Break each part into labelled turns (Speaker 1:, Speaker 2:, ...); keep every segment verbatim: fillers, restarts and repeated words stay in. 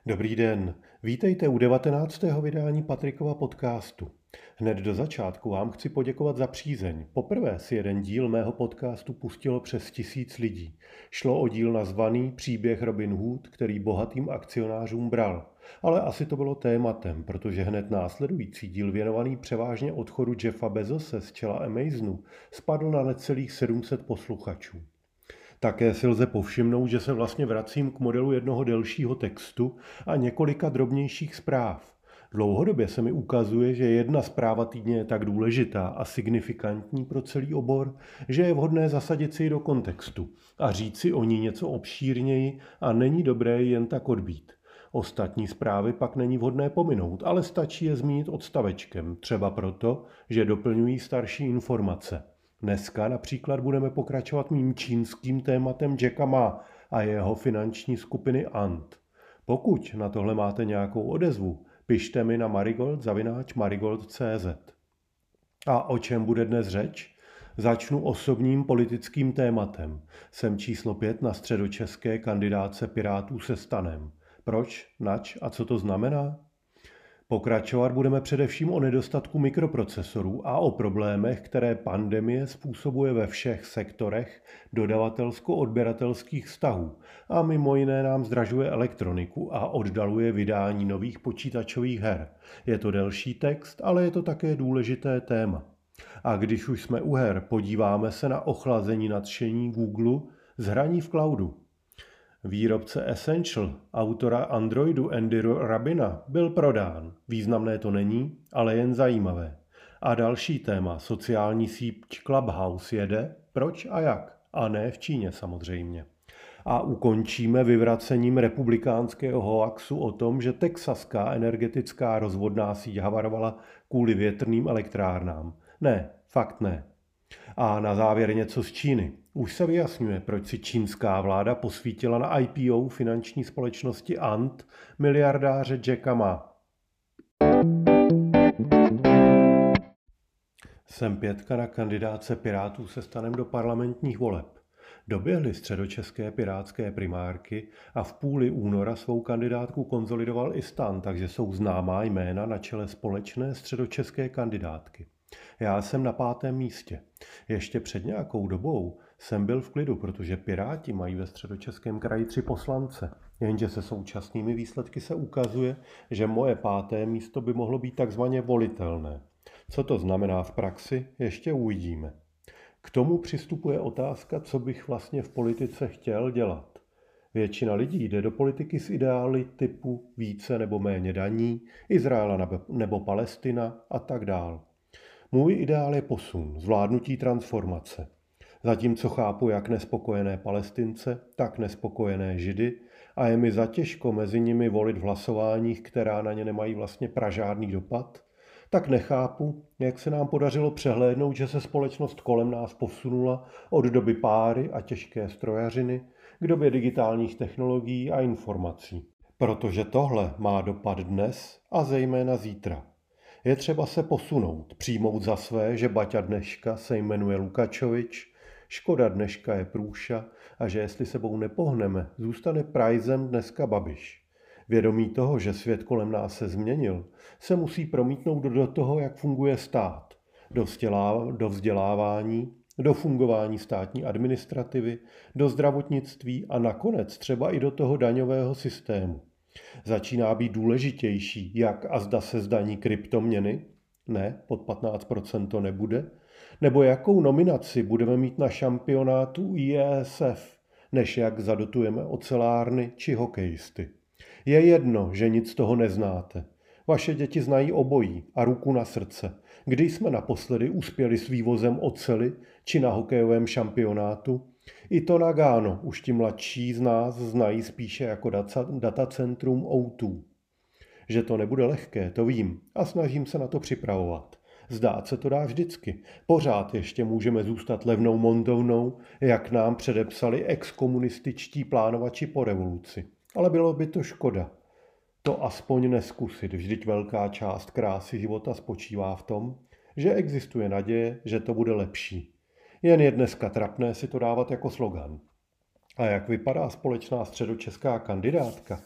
Speaker 1: Dobrý den, vítejte u devatenáctého vydání Patrikova podcastu. Hned do začátku vám chci poděkovat za přízeň. Poprvé si jeden díl mého podcastu pustilo přes tisíc lidí. Šlo o díl nazvaný Příběh Robin Hood, který bohatým akcionářům bral. Ale asi to bylo tématem, protože hned následující díl věnovaný převážně odchodu Jeffa Bezose z čela Amazonu spadl na necelých sedm set posluchačů. Také si lze povšimnout, že se vlastně vracím k modelu jednoho delšího textu a několika drobnějších zpráv. Dlouhodobě se mi ukazuje, že jedna zpráva týdně je tak důležitá a signifikantní pro celý obor, že je vhodné zasadit si ji do kontextu a říct si o ní něco obšírněji a není dobré ji jen tak odbít. Ostatní zprávy pak není vhodné pominout, ale stačí je zmínit odstavečkem, třeba proto, že doplňují starší informace. Dneska například budeme pokračovat mým čínským tématem Jacka Ma a jeho finanční skupiny Ant. Pokud na tohle máte nějakou odezvu, pište mi na marigold zavináč marigold tečka cé zet. A o čem bude dnes řeč? Začnu osobním politickým tématem. Jsem číslo pět na středočeské kandidátce Pirátů se STANem. Proč, nač a co to znamená? Pokračovat budeme především o nedostatku mikroprocesorů a o problémech, které pandemie způsobuje ve všech sektorech dodavatelsko-odběratelských vztahů a mimo jiné nám zdražuje elektroniku a oddaluje vydání nových počítačových her. Je to delší text, ale je to také důležité téma. A když už jsme u her, podíváme se na ochlazení nadšení Google z hraní v cloudu. Výrobce Essential, autora Androidu Andy Rabina, byl prodán. Významné to není, ale jen zajímavé. A další téma, sociální síť Clubhouse jede, proč a jak? A ne v Číně samozřejmě. A ukončíme vyvracením republikánského hoaxu o tom, že texaská energetická rozvodná síť havarovala kvůli větrným elektrárnám. Ne, fakt ne. A na závěr něco z Číny. Už se vyjasňuje, proč si čínská vláda posvítila na I P O finanční společnosti Ant miliardáře Jacka Ma. Jsem pětka na kandidáce Pirátů se STANem do parlamentních voleb. Doběhly středočeské pirátské primárky a v půli února svou kandidátku konzolidoval i STAN, takže jsou známá jména na čele společné středočeské kandidátky. Já jsem na pátém místě. Ještě před nějakou dobou jsem byl v klidu, protože Piráti mají ve Středočeském kraji tři poslance. Jenže se současnými výsledky se ukazuje, že moje páté místo by mohlo být takzvaně volitelné. Co to znamená v praxi, ještě uvidíme. K tomu přistupuje otázka, co bych vlastně v politice chtěl dělat. Většina lidí jde do politiky s ideály typu více nebo méně daní, Izraela nebo Palestina a tak dál. Můj ideál je posun, zvládnutí transformace. Zatímco chápu jak nespokojené Palestince, tak nespokojené Židy a je mi zatěžko mezi nimi volit v hlasováních, která na ně nemají vlastně pražádný dopad, tak nechápu, jak se nám podařilo přehlédnout, že se společnost kolem nás posunula od doby páry a těžké strojařiny k době digitálních technologií a informací. Protože tohle má dopad dnes a zejména zítra. Je třeba se posunout, přijmout za své, že Baťa dneška se jmenuje Lukačovič, Škoda dneška je Průša a že jestli sebou nepohneme, zůstane Prajzem dneska Babiš. Vědomí toho, že svět kolem nás se změnil, se musí promítnout do toho, jak funguje stát, do, vzdělá, do vzdělávání, do fungování státní administrativy, do zdravotnictví a nakonec třeba i do toho daňového systému. Začíná být důležitější, jak a zda se zdaní kryptoměny, ne, pod patnáct procent to nebude, nebo jakou nominaci budeme mít na šampionátu I S F, než jak zadotujeme ocelárny či hokejisty. Je jedno, že nic z toho neznáte. Vaše děti znají obojí a ruku na srdce. Kdy jsme naposledy uspěli s vývozem oceli či na hokejovém šampionátu? I to Nagano už ti mladší z nás znají spíše jako data, datacentrum O dva. Že to nebude lehké, to vím a snažím se na to připravovat. Zdát se to dá vždycky. Pořád ještě můžeme zůstat levnou montovnou, jak nám předepsali exkomunističtí plánovači po revoluci. Ale bylo by to škoda. To aspoň neskusit, vždyť velká část krásy života spočívá v tom, že existuje naděje, že to bude lepší. Jen je dneska trapné si to dávat jako slogan. A jak vypadá společná středočeská kandidátka?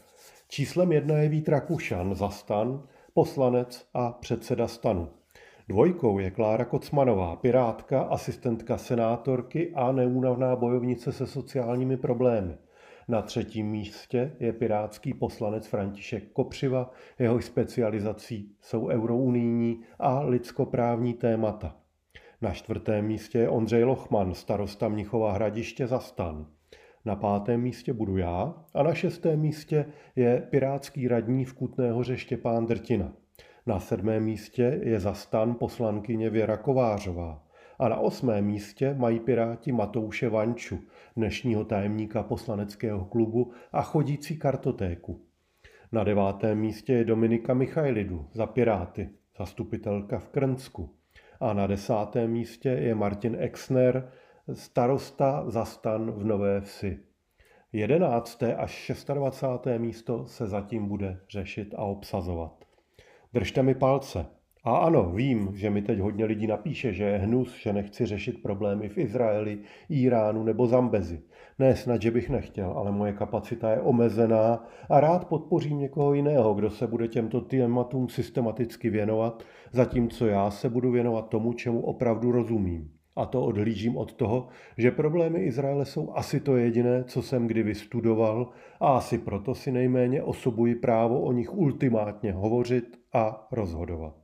Speaker 1: Číslem jedna je Vít Rakušan za STAN, poslanec a předseda STANu. Dvojkou je Klára Kocmanová, pirátka, asistentka senátorky a neúnavná bojovnice se sociálními problémy. Na třetím místě je pirátský poslanec František Kopřiva, jehož specializací jsou eurounijní a lidskoprávní témata. Na čtvrtém místě je Ondřej Lochman, starosta Mnichova Hradiště za STAN. Na pátém místě budu já a na šestém místě je pirátský radní v Kutné Hoře Štěpán Drtina. Na sedmém místě je za STAN poslankyně Věra Kovářová. A na osmém místě mají Piráti Matouše Vanču, dnešního tajemníka poslaneckého klubu a chodící kartotéku. Na devátém místě je Dominika Michailidu za Piráty, zastupitelka v Krnsku. A na desátém místě je Martin Exner, starosta za STAN v Nové Vsi. jedenácté až dvacáté šesté místo se zatím bude řešit a obsazovat. Držte mi palce. A ano, vím, že mi teď hodně lidí napíše, že je hnus, že nechci řešit problémy v Izraeli, Íránu nebo Zambezi. Ne, snad, že bych nechtěl, ale moje kapacita je omezená a rád podpořím někoho jiného, kdo se bude těmto tématům systematicky věnovat, zatímco já se budu věnovat tomu, čemu opravdu rozumím. A to odhlížím od toho, že problémy Izraele jsou asi to jediné, co jsem kdy vystudoval a asi proto si nejméně osobuji právo o nich ultimátně hovořit a rozhodovat.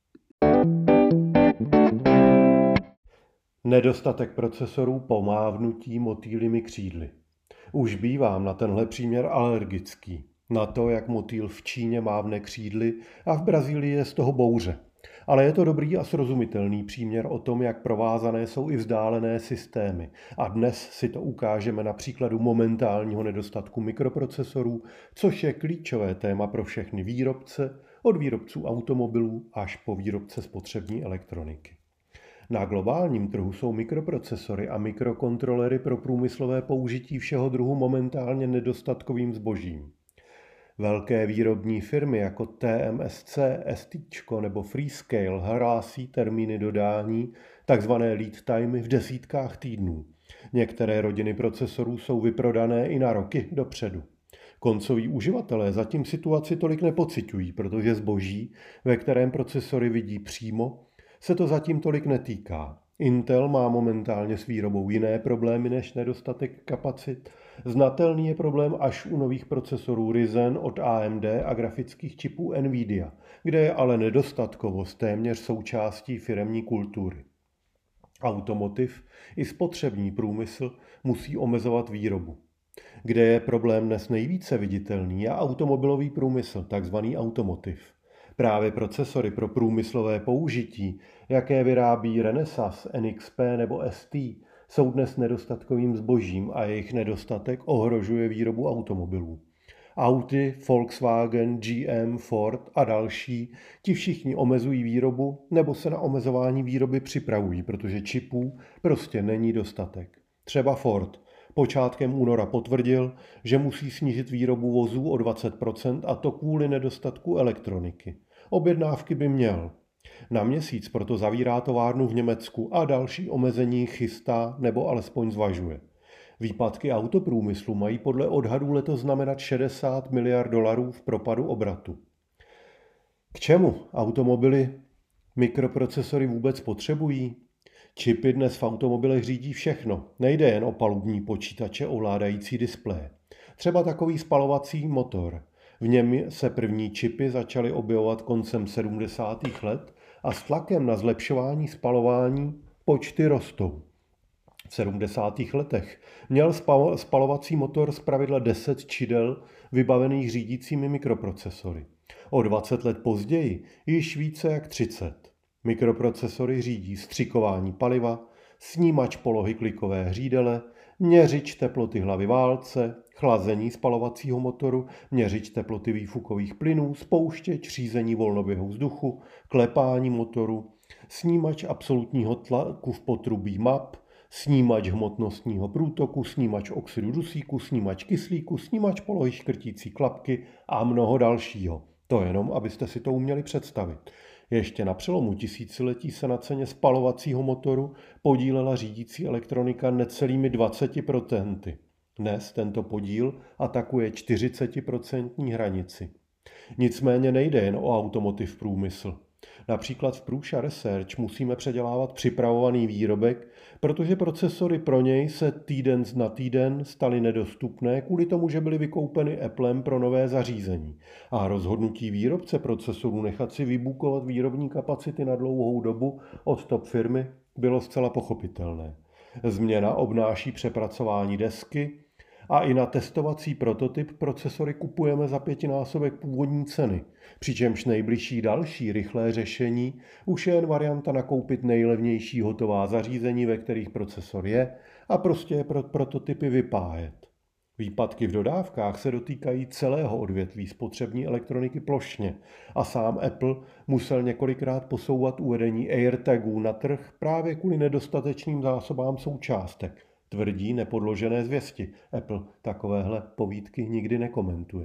Speaker 1: Nedostatek procesorů po mávnutí motýlimi křídly. Už bývám na tenhle příměr alergický. Na to, jak motýl v Číně mávne křídly a v Brazílii je z toho bouře. Ale je to dobrý a srozumitelný příměr o tom, jak provázané jsou i vzdálené systémy. A dnes si to ukážeme na příkladu momentálního nedostatku mikroprocesorů, což je klíčové téma pro všechny výrobce, od výrobců automobilů až po výrobce spotřební elektroniky. Na globálním trhu jsou mikroprocesory a mikrokontrolery pro průmyslové použití všeho druhu momentálně nedostatkovým zbožím. Velké výrobní firmy jako T M S C, STčko nebo Freescale hlásí termíny dodání, takzvané lead timey v desítkách týdnů. Některé rodiny procesorů jsou vyprodané i na roky dopředu. Koncoví uživatelé zatím situaci tolik nepociťují, protože zboží, ve kterém procesory vidí přímo, se to zatím tolik netýká. Intel má momentálně s výrobou jiné problémy než nedostatek kapacit. Znatelný je problém až u nových procesorů Ryzen od A M D a grafických čipů Nvidia, kde je ale nedostatkovost téměř součástí firemní kultury. Automotiv i spotřební průmysl musí omezovat výrobu. Kde je problém dnes nejvíce viditelný, je automobilový průmysl, takzvaný automotiv. Právě procesory pro průmyslové použití, jaké vyrábí Renesas, N X P nebo S T, jsou dnes nedostatkovým zbožím a jejich nedostatek ohrožuje výrobu automobilů. Audi, Volkswagen, G M, Ford a další, ti všichni omezují výrobu nebo se na omezování výroby připravují, protože čipů prostě není dostatek. Třeba Ford počátkem února potvrdil, že musí snížit výrobu vozů o dvacet procent a to kvůli nedostatku elektroniky. Objednávky by měl. Na měsíc proto zavírá továrnu v Německu a další omezení chystá nebo alespoň zvažuje. Výpadky autoprůmyslu mají podle odhadů letos znamenat šedesát miliard dolarů v propadu obratu. K čemu automobily mikroprocesory vůbec potřebují? Čipy dnes v automobilech řídí všechno. Nejde jen o palubní počítače ovládající displeje. Třeba takový spalovací motor. V něm se první čipy začaly objevovat koncem sedmdesátých let a s tlakem na zlepšování spalování počty rostou. V sedmdesátých letech měl spalovací motor zpravidla deset čidel vybavených řídícími mikroprocesory. O dvacet let později již více jak třicet. Mikroprocesory řídí střikování paliva, snímač polohy klikové hřídele, měřič teploty hlavy válce, chlazení spalovacího motoru, měřič teploty výfukových plynů, spouštěč řízení volnoběhu vzduchu, klepání motoru, snímač absolutního tlaku v potrubí M A P, snímač hmotnostního průtoku, snímač oxidu dusíku, snímač kyslíku, snímač polohy škrtící klapky a mnoho dalšího. To jenom, abyste si to uměli představit. Ještě na přelomu tisíciletí se na ceně spalovacího motoru podílela řídící elektronika necelými dvaceti procenty. Dnes tento podíl atakuje čtyřicet procent hranici. Nicméně nejde jen o automotive průmysl. Například v Prusa Research musíme předělávat připravovaný výrobek, protože procesory pro něj se týden na týden staly nedostupné kvůli tomu, že byly vykoupeny Applem pro nové zařízení. A rozhodnutí výrobce procesorů nechat si vybukovat výrobní kapacity na dlouhou dobu od top firmy bylo zcela pochopitelné. Změna obnáší přepracování desky a i na testovací prototyp procesory kupujeme za pětinásobek původní ceny, přičemž nejbližší další rychlé řešení už je jen varianta nakoupit nejlevnější hotová zařízení, ve kterých procesor je, a prostě je pro prototypy vypájet. Výpadky v dodávkách se dotýkají celého odvětví spotřební elektroniky plošně a sám Apple musel několikrát posouvat uvedení AirTagů na trh právě kvůli nedostatečným zásobám součástek, tvrdí nepodložené zvěsti. Apple takovéhle povídky nikdy nekomentuje.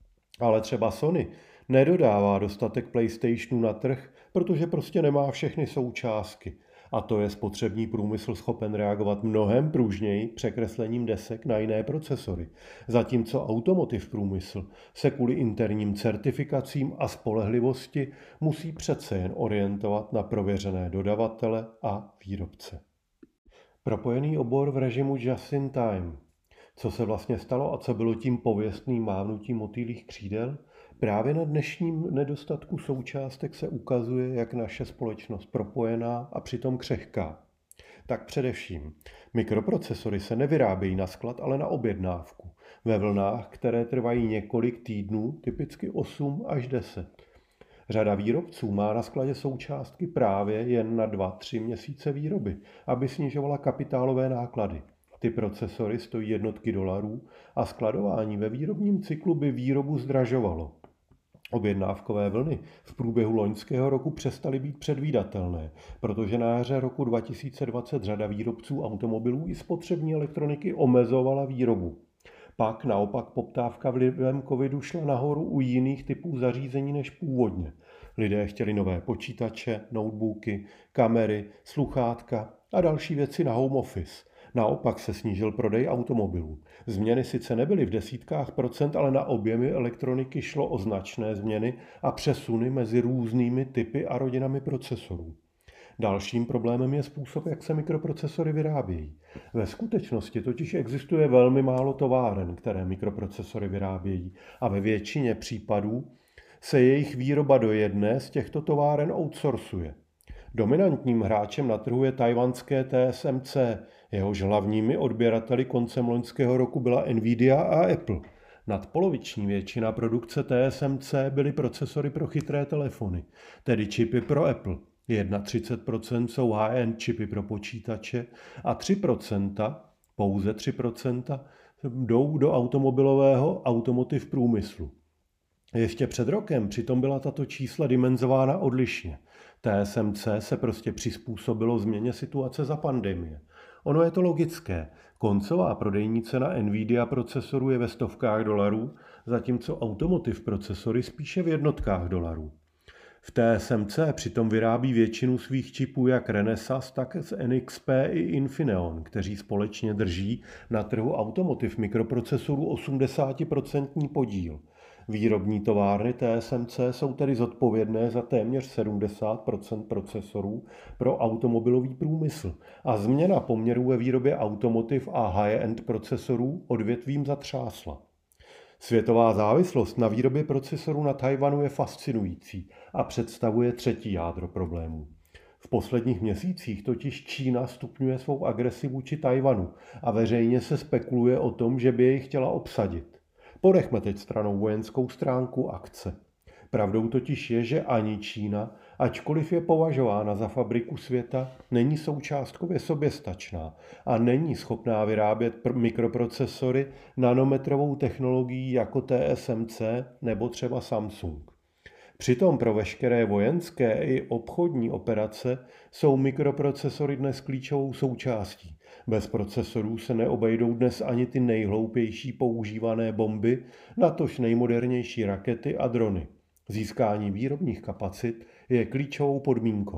Speaker 1: Ale třeba Sony nedodává dostatek PlayStationů na trh, protože prostě nemá všechny součástky. A to je spotřební průmysl schopen reagovat mnohem pružněji překreslením desek na jiné procesory. Zatímco automotive průmysl se kvůli interním certifikacím a spolehlivosti musí přece jen orientovat na prověřené dodavatele a výrobce. Propojený obor v režimu just in time. Co se vlastně stalo a co bylo tím pověstným mávnutím motýlích křídel? Právě na dnešním nedostatku součástek se ukazuje, jak naše společnost propojená a přitom křehká. Tak především, mikroprocesory se nevyrábějí na sklad, ale na objednávku. Ve vlnách, které trvají několik týdnů, typicky osm až deset. Řada výrobců má na skladě součástky právě jen na dva tři měsíce výroby, aby snižovala kapitálové náklady. Ty procesory stojí jednotky dolarů a skladování ve výrobním cyklu by výrobu zdražovalo. Objednávkové vlny v průběhu loňského roku přestaly být předvídatelné, protože na jaře roku dva tisíce dvacet řada výrobců automobilů i spotřební elektroniky omezovala výrobu. Pak naopak poptávka vlivem covidu šla nahoru u jiných typů zařízení než původně. Lidé chtěli nové počítače, notebooky, kamery, sluchátka a další věci na home office. Naopak se snížil prodej automobilů. Změny sice nebyly v desítkách procent, ale na objemy elektroniky šlo o značné změny a přesuny mezi různými typy a rodinami procesorů. Dalším problémem je způsob, jak se mikroprocesory vyrábějí. Ve skutečnosti totiž existuje velmi málo továren, které mikroprocesory vyrábějí, a ve většině případů se jejich výroba do jedné z těchto továren outsourcuje. Dominantním hráčem na trhu je tchajwanské T S M C, jehož hlavními odběrateli koncem loňského roku byla Nvidia a Apple. Nadpoloviční většina produkce T S M C byly procesory pro chytré telefony, tedy čipy pro Apple. třicet jedna procent jsou high-end čipy pro počítače a tři procenta, pouze tři procenta, jdou do automobilového automotive průmyslu. Ještě před rokem přitom byla tato čísla dimenzována odlišně. T S M C se prostě přizpůsobilo změně situace za pandemie. Ono je to logické. Koncová prodejní cena Nvidia procesoru je ve stovkách dolarů, zatímco automotive procesory spíše v jednotkách dolarů. V T S M C přitom vyrábí většinu svých čipů jak Renesas, tak z N X P i Infineon, kteří společně drží na trhu automotive mikroprocesorů osmdesát procent podíl. Výrobní továrny T S M C jsou tedy zodpovědné za téměř sedmdesát procent procesorů pro automobilový průmysl a změna poměrů ve výrobě automotive a high-end procesorů odvětvím zatřásla. Světová závislost na výrobě procesorů na Tchajwanu je fascinující a představuje třetí jádro problémů. V posledních měsících totiž Čína stupňuje svou agresi vůči Tchajwanu a veřejně se spekuluje o tom, že by jej chtěla obsadit. Ponechme teď stranou vojenskou stránku akce. Pravdou totiž je, že ani Čína, ačkoliv je považována za fabriku světa, není součástkově soběstačná a není schopná vyrábět pr- mikroprocesory nanometrovou technologií jako T S M C nebo třeba Samsung. Přitom pro veškeré vojenské i obchodní operace jsou mikroprocesory dnes klíčovou součástí. Bez procesorů se neobejdou dnes ani ty nejhloupější používané bomby, natož nejmodernější rakety a drony. Získání výrobních kapacit je klíčovou podmínkou.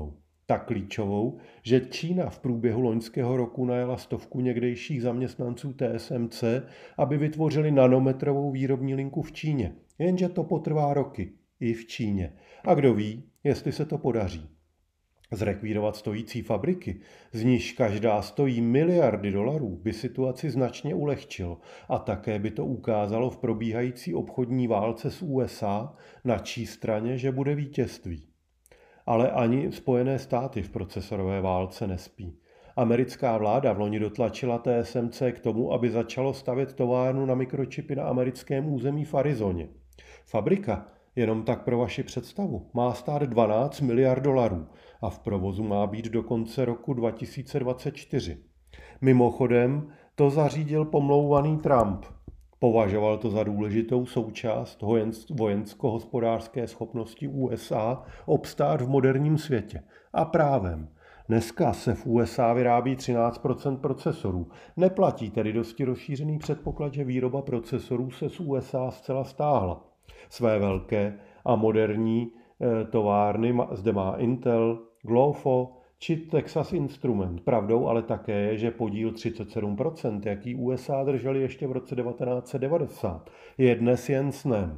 Speaker 1: Tak klíčovou, že Čína v průběhu loňského roku najala stovku někdejších zaměstnanců T S M C, aby vytvořili nanometrovou výrobní linku v Číně. Jenže to potrvá roky. I v Číně. A kdo ví, jestli se to podaří. Zrekvírovat stojící fabriky, z níž každá stojí miliardy dolarů, by situaci značně ulehčilo a také by to ukázalo v probíhající obchodní válce s U S A, na čí straně, že bude vítězství. Ale ani Spojené státy v procesorové válce nespí. Americká vláda v loni dotlačila T S M C k tomu, aby začalo stavět továrnu na mikročipy na americkém území v Arizoně. Fabrika, jenom tak pro vaši představu, má stát dvanáct miliard dolarů a v provozu má být do konce roku dva tisíce dvacet čtyři. Mimochodem to zařídil pomlouvaný Trump. Považoval to za důležitou součást vojensko-hospodářské schopnosti U S A obstát v moderním světě. A právem. Dneska se v U S A vyrábí třináct procent procesorů. Neplatí tedy dosti rozšířený předpoklad, že výroba procesorů se z U S A zcela stáhla. Své velké a moderní e, továrny zde má Intel, Glofo či Texas Instrument. Pravdou ale také je, že podíl třicet sedm procent, jaký U S A drželi ještě v roce devatenáct set devadesát, je dnes jen snem.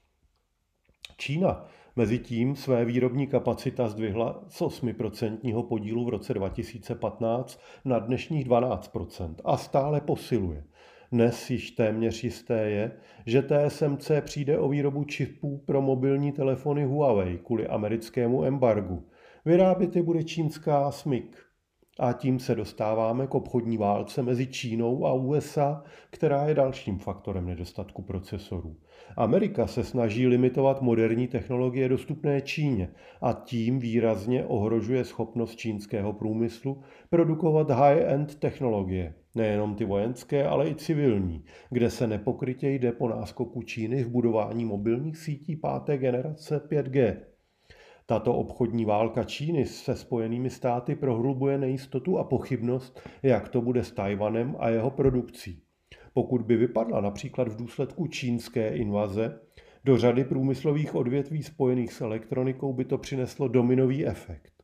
Speaker 1: Čína mezitím své výrobní kapacita zdvihla z osm procent podílu v roce dva tisíce patnáct na dnešních dvanáct procent a stále posiluje. Dnes již téměř jisté je, že T S M C přijde o výrobu čipů pro mobilní telefony Huawei kvůli americkému embargu. Vyrábět je bude čínská S M I C. A tím se dostáváme k obchodní válce mezi Čínou a U S A, která je dalším faktorem nedostatku procesorů. Amerika se snaží limitovat moderní technologie dostupné Číně a tím výrazně ohrožuje schopnost čínského průmyslu produkovat high-end technologie. Nejenom ty vojenské, ale i civilní, kde se nepokrytě jde po náskoku Číny v budování mobilních sítí páté generace pět G. Tato obchodní válka Číny se Spojenými státy prohlubuje nejistotu a pochybnost, jak to bude s Tchaj-wanem a jeho produkcí. Pokud by vypadla například v důsledku čínské invaze, do řady průmyslových odvětví spojených s elektronikou by to přineslo dominový efekt.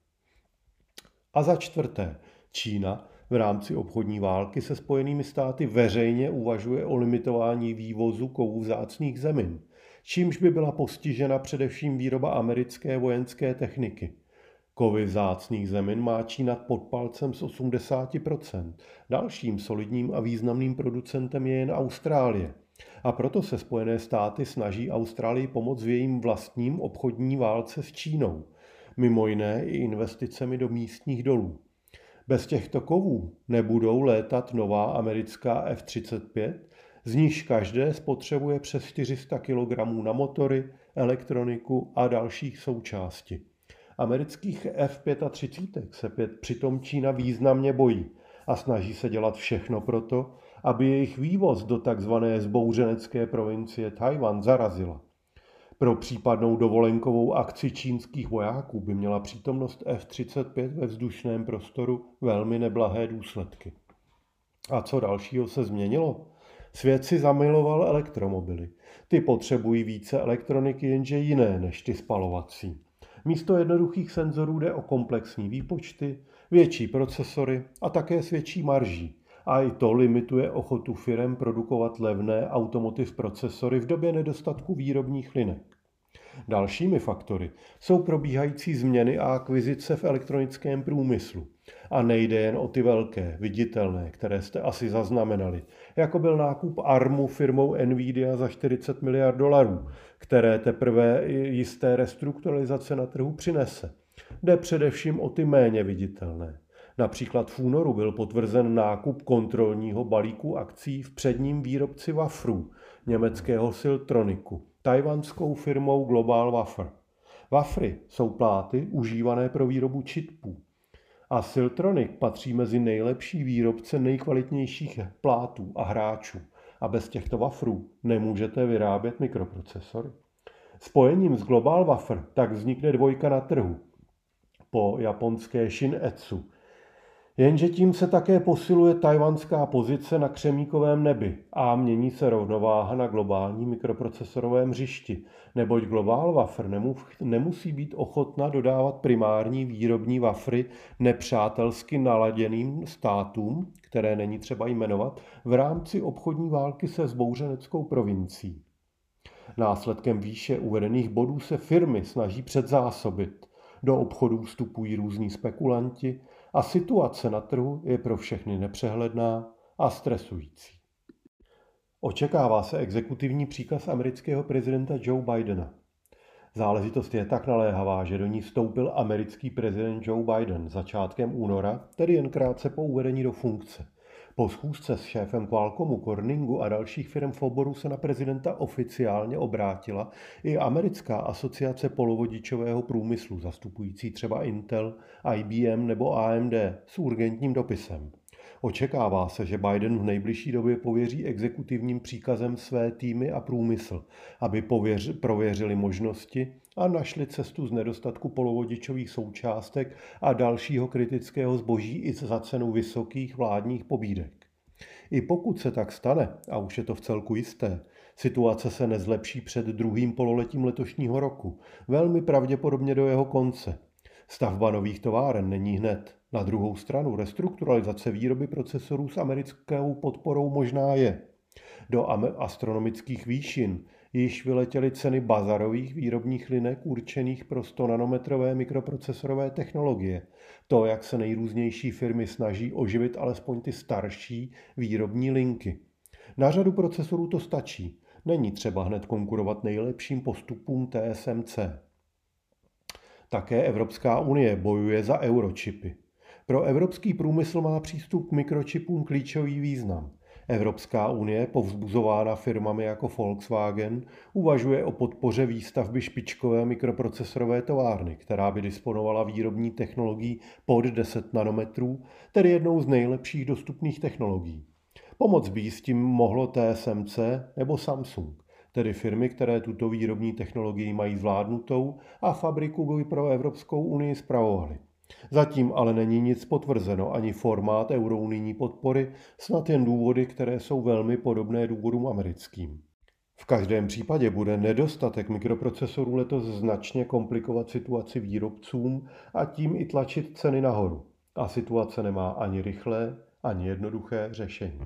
Speaker 1: A za čtvrté, Čína v rámci obchodní války se Spojenými státy veřejně uvažuje o limitování vývozu kovů vzácných zemin, čímž by byla postižena především výroba americké vojenské techniky. Kovy vzácných zemin má Čína pod palcem z osmdesát procent. Dalším solidním a významným producentem je jen Austrálie. A proto se Spojené státy snaží Austrálii pomoct v jejím vlastním obchodní válce s Čínou. Mimo jiné i investicemi do místních dolů. Bez těchto kovů nebudou létat nová americká F třicet pět, z níž každé spotřebuje přes čtyři sta kilogramů na motory, elektroniku a dalších součástí. Amerických F třicet pět se přitom Čína významně bojí a snaží se dělat všechno proto, aby jejich vývoz do tzv. Zbouřenecké provincie Tchaj-wan zarazila. Pro případnou dovolenkovou akci čínských vojáků by měla přítomnost F třicet pět ve vzdušném prostoru velmi neblahé důsledky. A co dalšího se změnilo? Svět si zamiloval elektromobily. Ty potřebují více elektroniky, jenže jiné než ty spalovací. Místo jednoduchých senzorů jde o komplexní výpočty, větší procesory a také s větší marží. A i to limituje ochotu firem produkovat levné automotive procesory v době nedostatku výrobních linek. Dalšími faktory jsou probíhající změny a akvizice v elektronickém průmyslu. A nejde jen o ty velké, viditelné, které jste asi zaznamenali, jako byl nákup ARMu firmou Nvidia za čtyřicet miliard dolarů, které teprve jisté restrukturalizace na trhu přinese. Jde především o ty méně viditelné. Například v únoru byl potvrzen nákup kontrolního balíku akcí v předním výrobci wafrů, německého Siltroniku, tajvanskou firmou Global Wafer. Wafry jsou pláty užívané pro výrobu čipů. A Siltronic patří mezi nejlepší výrobce nejkvalitnějších plátů a hráčů. A bez těchto wafrů nemůžete vyrábět mikroprocesory. Spojením s Global Wafer tak vznikne dvojka na trhu. Po japonské Shin-Etsu Jenže tím se také posiluje tajvanská pozice na křemíkovém nebi a mění se rovnováha na globálním mikroprocesorovém hřišti, neboť Global Wafer nemusí být ochotna dodávat primární výrobní wafry nepřátelsky naladěným státům, které není třeba jmenovat, v rámci obchodní války se vzbouřeneckou provincií. Následkem výše uvedených bodů se firmy snaží předzásobit. Do obchodů vstupují různí spekulanti a situace na trhu je pro všechny nepřehledná a stresující. Očekává se exekutivní příkaz amerického prezidenta Joe Bidena. Záležitost je tak naléhavá, že do ní vstoupil americký prezident Joe Biden začátkem února, tedy jen krátce po uvedení do funkce. Po schůzce s šéfem Qualcommu, Corningu a dalších firm v oboru se na prezidenta oficiálně obrátila i americká asociace polovodičového průmyslu, zastupující třeba Intel, I B M nebo A M D, s urgentním dopisem. Očekává se, že Biden v nejbližší době pověří exekutivním příkazem své týmy a průmysl, aby pověř, prověřili možnosti a našli cestu z nedostatku polovodičových součástek a dalšího kritického zboží i za cenu vysokých vládních pobídek. I pokud se tak stane, a už je to v celku jisté, situace se nezlepší před druhým pololetím letošního roku, velmi pravděpodobně do jeho konce. Stavba nových továren není hned. Na druhou stranu restrukturalizace výroby procesorů s americkou podporou možná je. Do astronomických výšin již vyletěly ceny bazarových výrobních linek určených pro sto nanometrové mikroprocesorové technologie. To, jak se nejrůznější firmy snaží oživit alespoň ty starší výrobní linky. Na řadu procesorů to stačí. Není třeba hned konkurovat nejlepším postupům T S M C. Také Evropská unie bojuje za euročipy. Pro evropský průmysl má přístup k mikročipům klíčový význam. Evropská unie, povzbuzována firmami jako Volkswagen, uvažuje o podpoře výstavby špičkové mikroprocesorové továrny, která by disponovala výrobní technologií pod deset nanometrů, tedy jednou z nejlepších dostupných technologií. Pomoc by s tím mohlo T S M C nebo Samsung, tedy firmy, které tuto výrobní technologii mají zvládnutou a fabriku by pro Evropskou unii spravovaly. Zatím ale není nic potvrzeno, ani formát eurounijní podpory, snad jen důvody, které jsou velmi podobné důvodům americkým. V každém případě bude nedostatek mikroprocesorů letos značně komplikovat situaci výrobcům a tím i tlačit ceny nahoru. A situace nemá ani rychlé, ani jednoduché řešení.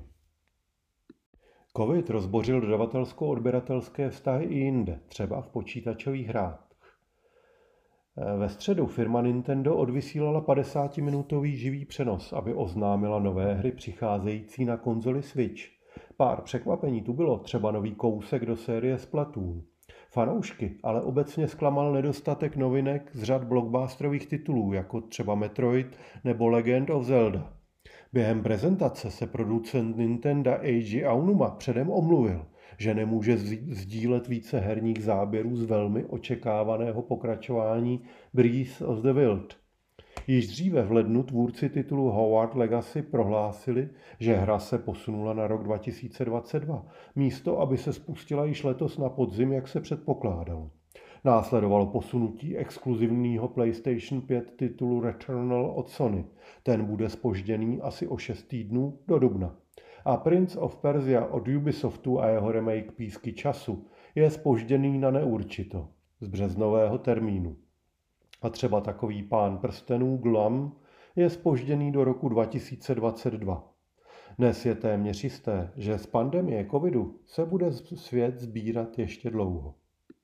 Speaker 1: Covid rozbořil dodavatelsko-odběratelské vztahy i jinde, třeba v počítačových hrách. Ve středu firma Nintendo odvysílala padesátiminutový živý přenos, aby oznámila nové hry přicházející na konzoli Switch. Pár překvapení tu bylo, třeba nový kousek do série Splatoon. Fanoušky ale obecně zklamal nedostatek novinek z řad blockbusterových titulů, jako třeba Metroid nebo Legend of Zelda. Během prezentace se producent Nintendo Eiji Aonuma předem omluvil, že nemůže sdílet více herních záběrů z velmi očekávaného pokračování Breath of the Wild. Již dříve v lednu tvůrci titulu Hogwarts Legacy prohlásili, že hra se posunula na rok dva tisíce dvacet dva, místo aby se spustila již letos na podzim, jak se předpokládalo. Následovalo posunutí exkluzivního PlayStation pět titulu Returnal od Sony. Ten bude zpožděný asi o šest týdnů do dubna. A Prince of Persia od Ubisoftu a jeho remake Písky času je zpožděný na neurčito z březnového termínu. A třeba takový Pán prstenů Glam je zpožděný do roku dva tisíce dvacet dva. Dnes je téměř jisté, že z pandemie covidu se bude svět sbírat ještě dlouho.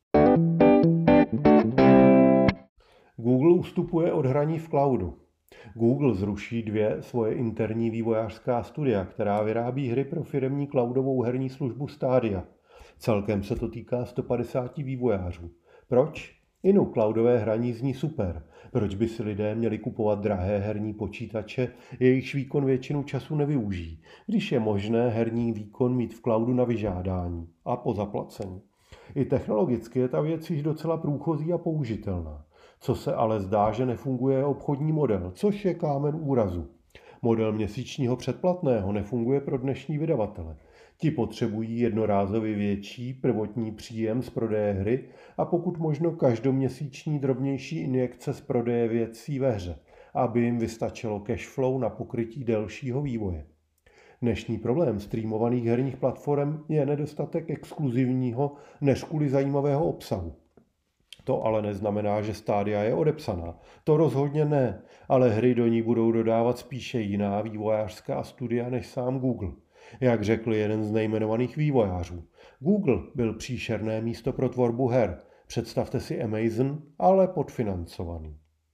Speaker 1: Google ustupuje od hraní v cloudu. Google zruší dvě svoje interní vývojářská studia, která vyrábí hry pro firemní cloudovou herní službu Stadia. Celkem se to týká sto padesáti vývojářů. Proč? Inu, cloudové hraní zní super. Proč by si lidé měli kupovat drahé herní počítače, jejichž výkon většinu času nevyužijí, když je možné herní výkon mít v cloudu na vyžádání a po zaplacení. I technologicky je ta věc již docela průchozí a použitelná. Co se ale zdá, že nefunguje obchodní model, což je kámen úrazu. Model měsíčního předplatného nefunguje pro dnešní vydavatele. Ti potřebují jednorázově větší prvotní příjem z prodeje hry a pokud možno každoměsíční drobnější injekce z prodeje věcí ve hře. aby jim vystačilo cash flow na pokrytí delšího vývoje. Dnešní problém streamovaných herních platform je nedostatek exkluzivního než kvůli zajímavého obsahu. To ale neznamená, že Stadia je odepsaná. To rozhodně ne, ale hry do ní budou dodávat spíše jiná vývojářská studia než sám Google. Jak řekl jeden z nejmenovaných vývojářů. Google byl příšerné místo pro tvorbu her. Představte si Amazon, ale podfinancovaný.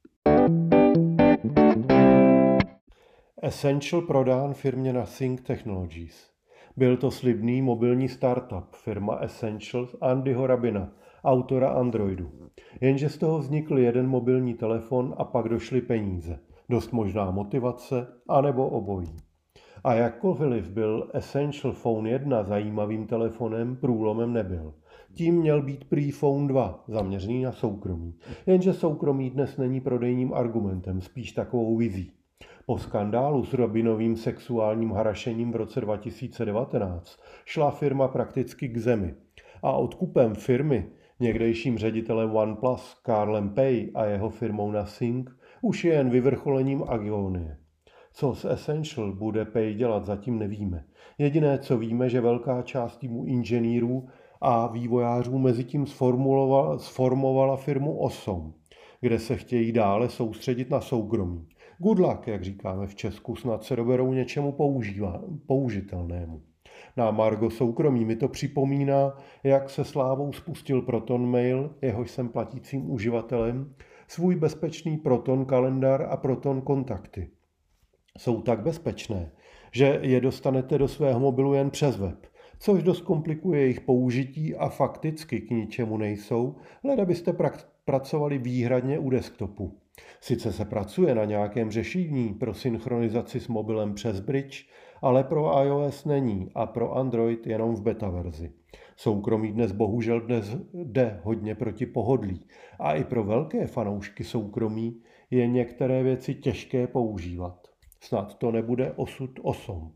Speaker 1: Essential prodán firmě Nothing Technologies. Byl to slibný mobilní startup, firma Essential Andyho Rabina, autora Androidu. Jenže z toho vznikl jeden mobilní telefon a pak došly peníze. Dost možná motivace, anebo obojí. A jakkoliv byl Essential Phone jedna zajímavým telefonem, průlomem nebyl. Tím měl být prý Phone dva, zaměřený na soukromí. Jenže soukromí dnes není prodejním argumentem, spíš takovou vizí. Po skandálu s Rabinovým sexuálním harašením v roce dva tisíce devatenáct šla firma prakticky k zemi. A odkupem firmy někdejším ředitelem OnePlus Karlem Pei a jeho firmou Nothing už je jen vyvrcholením agonie. Co s Essential bude Pei dělat, zatím nevíme. Jediné, co víme, že velká část týmu inženýrů a vývojářů mezitím sformulovala, sformovala firmu Osom, kde se chtějí dále soustředit na soukromí. Good luck, jak říkáme v Česku, snad se doberou něčemu používá, použitelnému. Na margo soukromí mi to připomíná, jak se slávou spustil Proton Mail, jehož jsem platícím uživatelem, svůj bezpečný Proton kalendár a Proton kontakty. Jsou tak bezpečné, že je dostanete do svého mobilu jen přes web, což dost komplikuje jejich použití a fakticky k ničemu nejsou, hleda byste pra- pracovali výhradně u desktopu. Sice se pracuje na nějakém řešení pro synchronizaci s mobilem přes bridge, ale pro iOS není a pro Android jenom v beta verzi. Soukromí dnes bohužel dnes jde hodně proti pohodlí a i pro velké fanoušky soukromí je některé věci těžké používat. Snad to nebude osud Osom.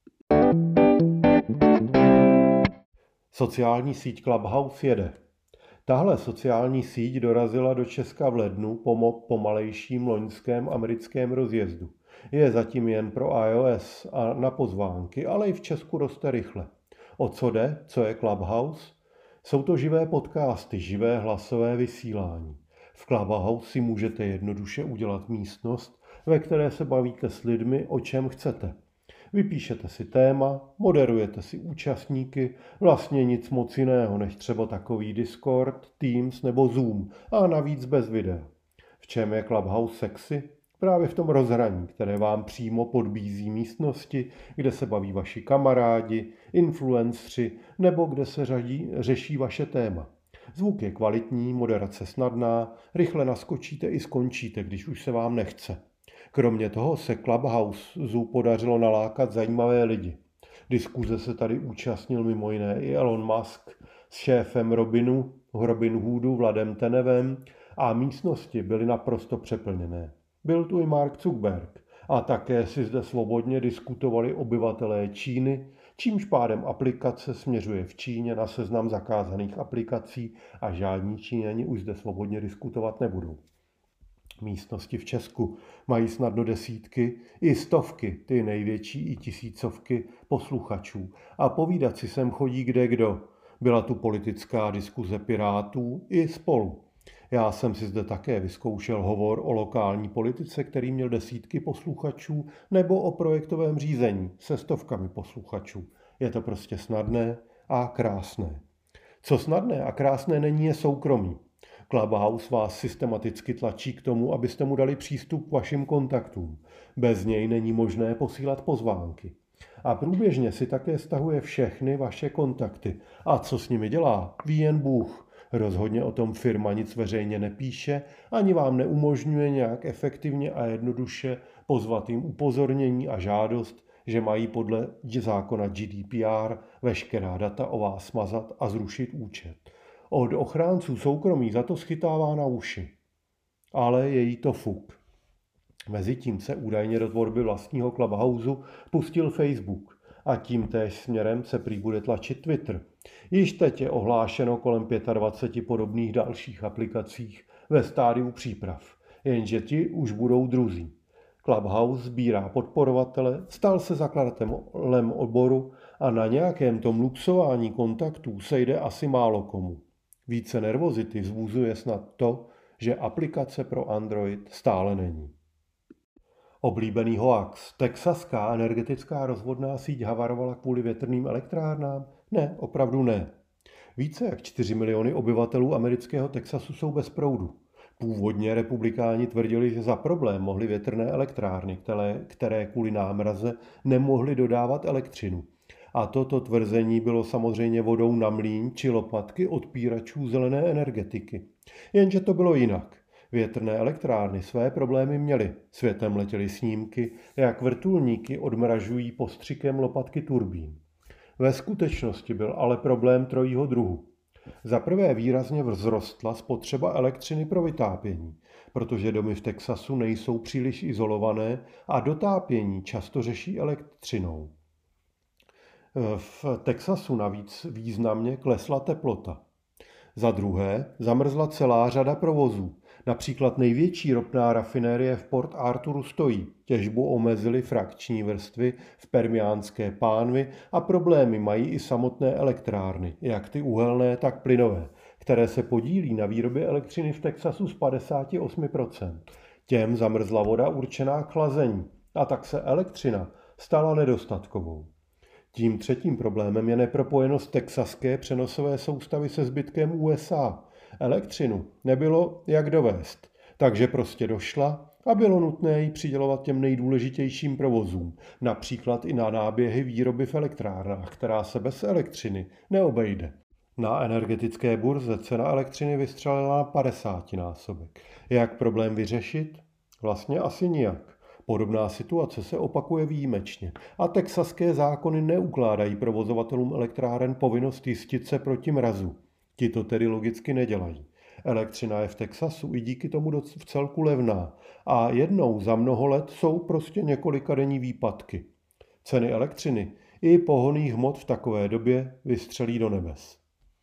Speaker 1: Sociální síť Clubhouse jede. Tahle sociální síť dorazila do Česka v lednu po pomalejším loňském americkém rozjezdu. Je zatím jen pro iOS a na pozvánky, ale i v Česku roste rychle. O co jde? Co je Clubhouse? Jsou to živé podcasty, živé hlasové vysílání. V Clubhouse si můžete jednoduše udělat místnost, ve které se bavíte s lidmi, o čem chcete. Vypíšete si téma, moderujete si účastníky, vlastně nic moc jiného než třeba takový Discord, Teams nebo Zoom a navíc bez videa. V čem je Clubhouse sexy? Právě v tom rozhraní, které vám přímo podbízí místnosti, kde se baví vaši kamarádi, influencři nebo kde se řadí, řeší vaše téma. Zvuk je kvalitní, moderace snadná, rychle naskočíte i skončíte, když už se vám nechce. Kromě toho se Clubhouse podařilo nalákat zajímavé lidi. Diskuze se tady účastnil mimo jiné i Elon Musk s šéfem Robinu, Robinhoodu Vladem Tenevem a místnosti byly naprosto přeplněné. Byl tu i Mark Zuckerberg a také si zde svobodně diskutovali obyvatelé Číny, čímž pádem aplikace směřuje v Číně na seznam zakázaných aplikací a žádní Číňani už zde svobodně diskutovat nebudou. Místnosti v Česku mají snadno desítky i stovky, ty největší i tisícovky posluchačů a povídat si sem chodí kde kdo. Byla tu politická diskuze Pirátů i Spolu. Já jsem si zde také vyzkoušel hovor o lokální politice, který měl desítky posluchačů, nebo o projektovém řízení se stovkami posluchačů. Je to prostě snadné a krásné. Co snadné a krásné není, je soukromí. Clubhouse vás systematicky tlačí k tomu, abyste mu dali přístup k vašim kontaktům. Bez něj není možné posílat pozvánky. A průběžně si také stahuje všechny vaše kontakty. A co s nimi dělá, ví jen Bůh. Rozhodně o tom firma nic veřejně nepíše, ani vám neumožňuje nějak efektivně a jednoduše pozvat jim upozornění a žádost, že mají podle zákona G D P R veškerá data o vás smazat a zrušit účet. Od ochránců soukromí za to schytává na uši. Ale je jí to fuk. Mezitím se údajně do tvorby vlastního Clubhouse pustil Facebook a tím též směrem se prý bude tlačit Twitter. Již teď je ohlášeno kolem dvacet pět podobných dalších aplikacích ve stádiu příprav. jenže ti už budou druzí. Clubhouse sbírá podporovatele, stal se zakladatelem oboru a na nějakém tom luxování kontaktů sejde asi málo komu. Více nervozity vzbuzuje snad to, že aplikace pro Android stále není. Oblíbený hoax. Texaská energetická rozvodná síť havarovala kvůli větrným elektrárnám? Ne, opravdu ne. Více jak čtyři miliony obyvatelů amerického Texasu jsou bez proudu. Původně republikáni tvrdili, že za problém mohly větrné elektrárny, které, které kvůli námraze nemohly dodávat elektřinu. A toto tvrzení bylo samozřejmě vodou na mlýn či lopatky odpíračů zelené energetiky. Jenže to bylo jinak. Větrné elektrárny své problémy měly. Světem letěly snímky, jak vrtulníky odmražují postřikem lopatky turbín. Ve skutečnosti byl ale problém trojího druhu. Za prvé výrazně vzrostla spotřeba elektřiny pro vytápění, protože domy v Texasu nejsou příliš izolované a dotápění často řeší elektřinou. V Texasu navíc významně klesla teplota. Za druhé zamrzla celá řada provozů. Například největší ropná rafinérie v Port Arthuru stojí. Těžbu omezily frakční vrstvy v Permiánské pánvi a problémy mají i samotné elektrárny, jak ty uhelné, tak plynové, které se podílí na výrobě elektřiny v Texasu z padesát osm procent. Těm zamrzla voda určená k chlazení a tak se elektřina stala nedostatkovou. Tím třetím problémem je nepropojenost texaské přenosové soustavy se zbytkem U S A. Elektřinu nebylo jak dovést, takže prostě došla a bylo nutné ji přidělovat těm nejdůležitějším provozům, například i na náběhy výroby v elektrárnách, která se bez elektřiny neobejde. Na energetické burze cena elektřiny vystřelila na padesátinásobek. Jak problém vyřešit? Vlastně asi nijak. Podobná situace se opakuje výjimečně a texaské zákony neukládají provozovatelům elektráren povinnost jistit se proti mrazu. Ti to tedy logicky nedělají. Elektřina je v Texasu i díky tomu v celku levná a jednou za mnoho let jsou prostě několikadenní výpadky. Ceny elektřiny i pohonných hmot v takové době vystřelí do nebes.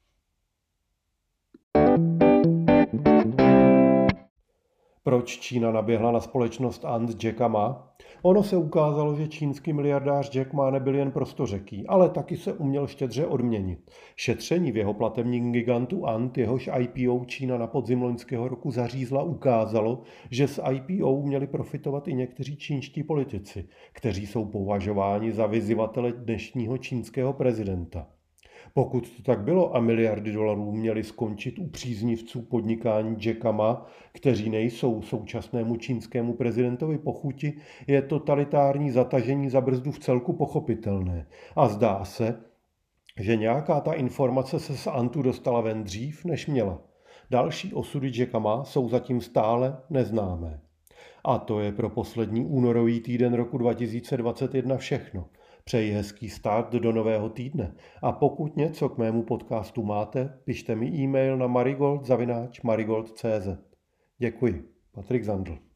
Speaker 1: Proč Čína naběhla na společnost Ant Jacka Ma? Ono se ukázalo, že čínský miliardář Jack Ma nebyl jen prostořeký, ale taky se uměl štědře odměnit. Šetření v jeho platebním gigantu Ant, jehož I P O Čína na podzim loňského roku zařízla, ukázalo, že z I P O měli profitovat i někteří čínští politici, kteří jsou považováni za vyzývatele dnešního čínského prezidenta. Pokud to tak bylo a miliardy dolarů měly skončit u příznivců podnikání Jacka Ma, kteří nejsou současnému čínskému prezidentovi po chuti, je totalitární zatažení za brzdu v celku pochopitelné. A zdá se, že nějaká ta informace se z Antu dostala ven dřív, než měla. Další osudy Jacka Ma jsou zatím stále neznámé. A to je pro poslední únorový týden roku dva tisíce dvacet jedna všechno. Přeji hezký start do nového týdne a pokud něco k mému podcastu máte, pište mi e-mail na marigold zavináč marigold tečka cé zet. Děkuji. Patrik Zandl.